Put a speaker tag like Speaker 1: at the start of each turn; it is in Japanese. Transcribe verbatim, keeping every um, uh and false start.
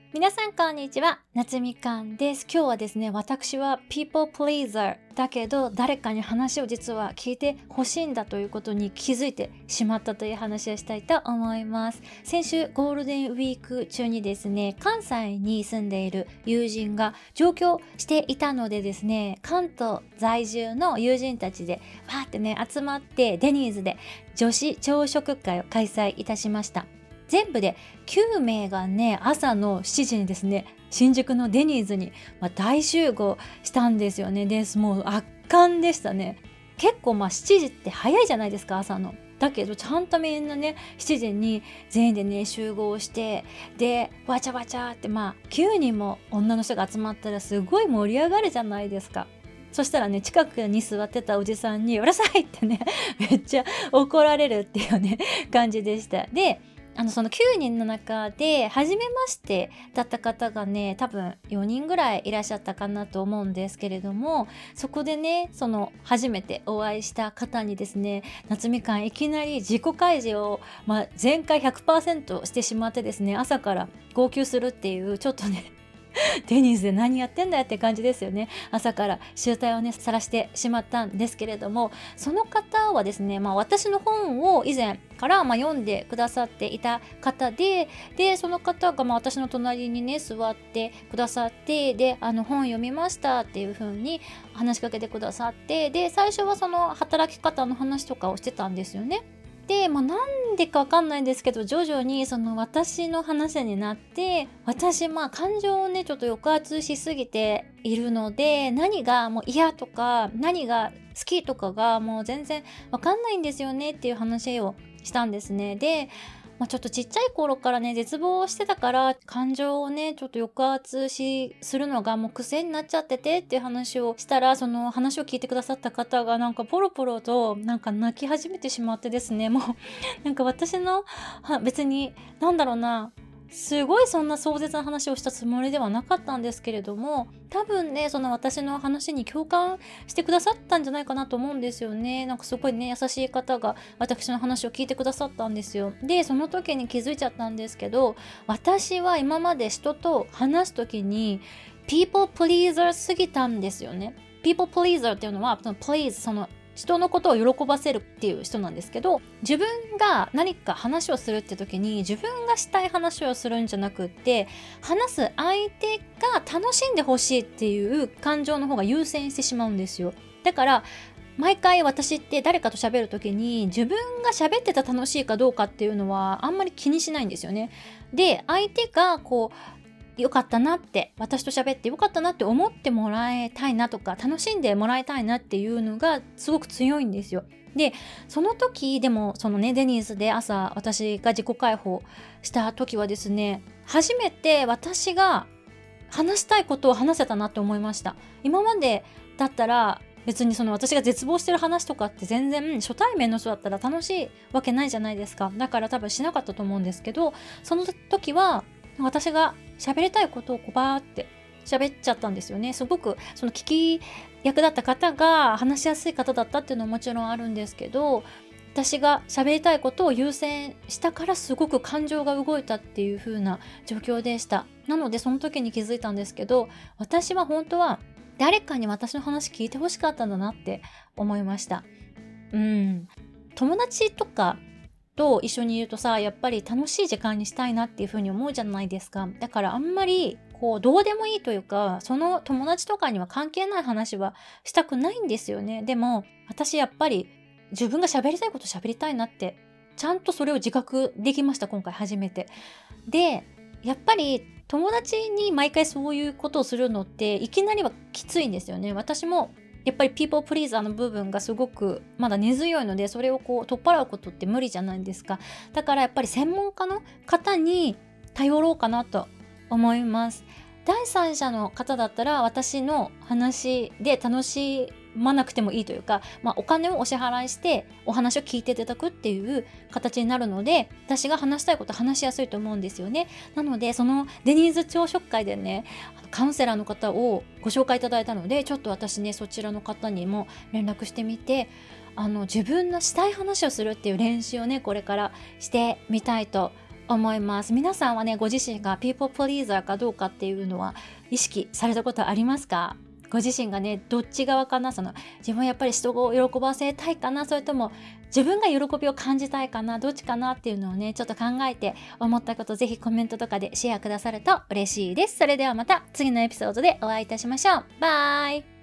Speaker 1: 皆さんこんにちは、夏みかんです。今日はですね、私は people pleaser だけど誰かに話を実は聞いてほしいんだということに気づいてしまったという話をしたいと思います。先週ゴールデンウィーク中にですね、関西に住んでいる友人が上京していたのでですね、関東在住の友人たちでわーってね集まってデニーズで女子朝食会を開催いたしました。全部できゅうめいがね、朝のしちじにですね、新宿のデニーズに、まあ、大集合したんですよね。です。もう圧巻でしたね。結構まあしちじって早いじゃないですか、朝の。だけどちゃんとみんなねしちじに全員でね集合して、でわちゃわちゃってまあきゅうにんも女の人が集まったらすごい盛り上がるじゃないですか。そしたらね、近くに座ってたおじさんにうるさいってねめっちゃ怒られるっていうね感じでした。であのそのきゅうにんの中で初めましてだった方がね、多分よにんぐらいいらっしゃったかなと思うんですけれども、そこでね、その初めてお会いした方にですね、夏みかんいきなり自己開示を、まあ、全開 ひゃくパーセント してしまってですね、朝から号泣するっていうちょっとねデニーズで何やってんだよって感じですよね。朝から醜態をね晒してしまったんですけれども、その方はですね、まあ、私の本を以前からまあ読んでくださっていた方で、でその方がまあ私の隣にね座ってくださって、であの本読みましたっていう風に話しかけてくださって、で最初はその働き方の話とかをしてたんですよね。で、まあ、なんでかわかんないんですけど、徐々にその私の話になって、私まあ感情をねちょっと抑圧しすぎているので、何がもう嫌とか何が好きとかがもう全然わかんないんですよねっていう話をしたんですね。でまあ、ちょっとちっちゃい頃からね絶望してたから、感情をねちょっと抑圧しするのがもう癖になっちゃっててっていう話をしたら、その話を聞いてくださった方がなんかポロポロとなんか泣き始めてしまってですね、もうなんか私の別になんだろうな、すごいそんな壮絶な話をしたつもりではなかったんですけれども、多分ねその私の話に共感してくださったんじゃないかなと思うんですよね。なんかすごいね優しい方が私の話を聞いてくださったんですよ。でその時に気づいちゃったんですけど、私は今まで人と話す時に people pleaser すぎたんですよね。people pleaser っていうのはその please その人のことを喜ばせるっていう人なんですけど、自分が何か話をするって時に自分がしたい話をするんじゃなくって、話す相手が楽しんでほしいっていう感情の方が優先してしまうんですよ。だから毎回私って誰かと喋る時に自分が喋ってた楽しいかどうかっていうのはあんまり気にしないんですよね。で相手がこうよかったなって、私と喋ってよかったなって思ってもらいたいなとか楽しんでもらいたいなっていうのがすごく強いんですよ。でその時でもそのねデニーズで朝私が自己解放した時はですね、初めて私が話したいことを話せたなって思いました。今までだったら別にその私が絶望してる話とかって全然初対面の人だったら楽しいわけないじゃないですか。だから多分しなかったと思うんですけど、その時は私が喋りたいことをこうバーって喋っちゃったんですよね。すごくその聞き役だった方が話しやすい方だったっていうのはもちろんあるんですけど、私が喋りたいことを優先したからすごく感情が動いたっていう風な状況でした。なのでその時に気づいたんですけど、私は本当は誰かに私の話聞いてほしかったんだなって思いました。うん。友達とかと一緒にいるとさ、やっぱり楽しい時間にしたいなっていう風に思うじゃないですか。だからあんまりこうどうでもいいというか、その友達とかには関係ない話はしたくないんですよね。でも私やっぱり自分が喋りたいこと喋りたいなって、ちゃんとそれを自覚できました、今回初めて。でやっぱり友達に毎回そういうことをするのっていきなりはきついんですよね。私もやっぱり people pleaser の部分がすごくまだ根強いので、それをこう取っ払うことって無理じゃないですか。だからやっぱり専門家の方に頼ろうかなと思います。第三者の方だったら私の話で楽しまなくてもいいというか、まあ、お金をお支払いしてお話を聞いていただくっていう形になるので、私が話したいこと話しやすいと思うんですよね。なのでそのデニーズ朝食会でね、カウンセラーの方をご紹介いただいたので、ちょっと私ねそちらの方にも連絡してみて、あの自分のしたい話をするっていう練習をねこれからしてみたいと思います。皆さんはね、ご自身がピーポープリーザーかどうかっていうのは意識されたことありますか？ご自身がね、どっち側かな、その自分はやっぱり人を喜ばせたいかな、それとも自分が喜びを感じたいかな、どっちかなっていうのをね、ちょっと考えて思ったことぜひコメントとかでシェアくださると嬉しいです。それではまた次のエピソードでお会いいたしましょう。バイ。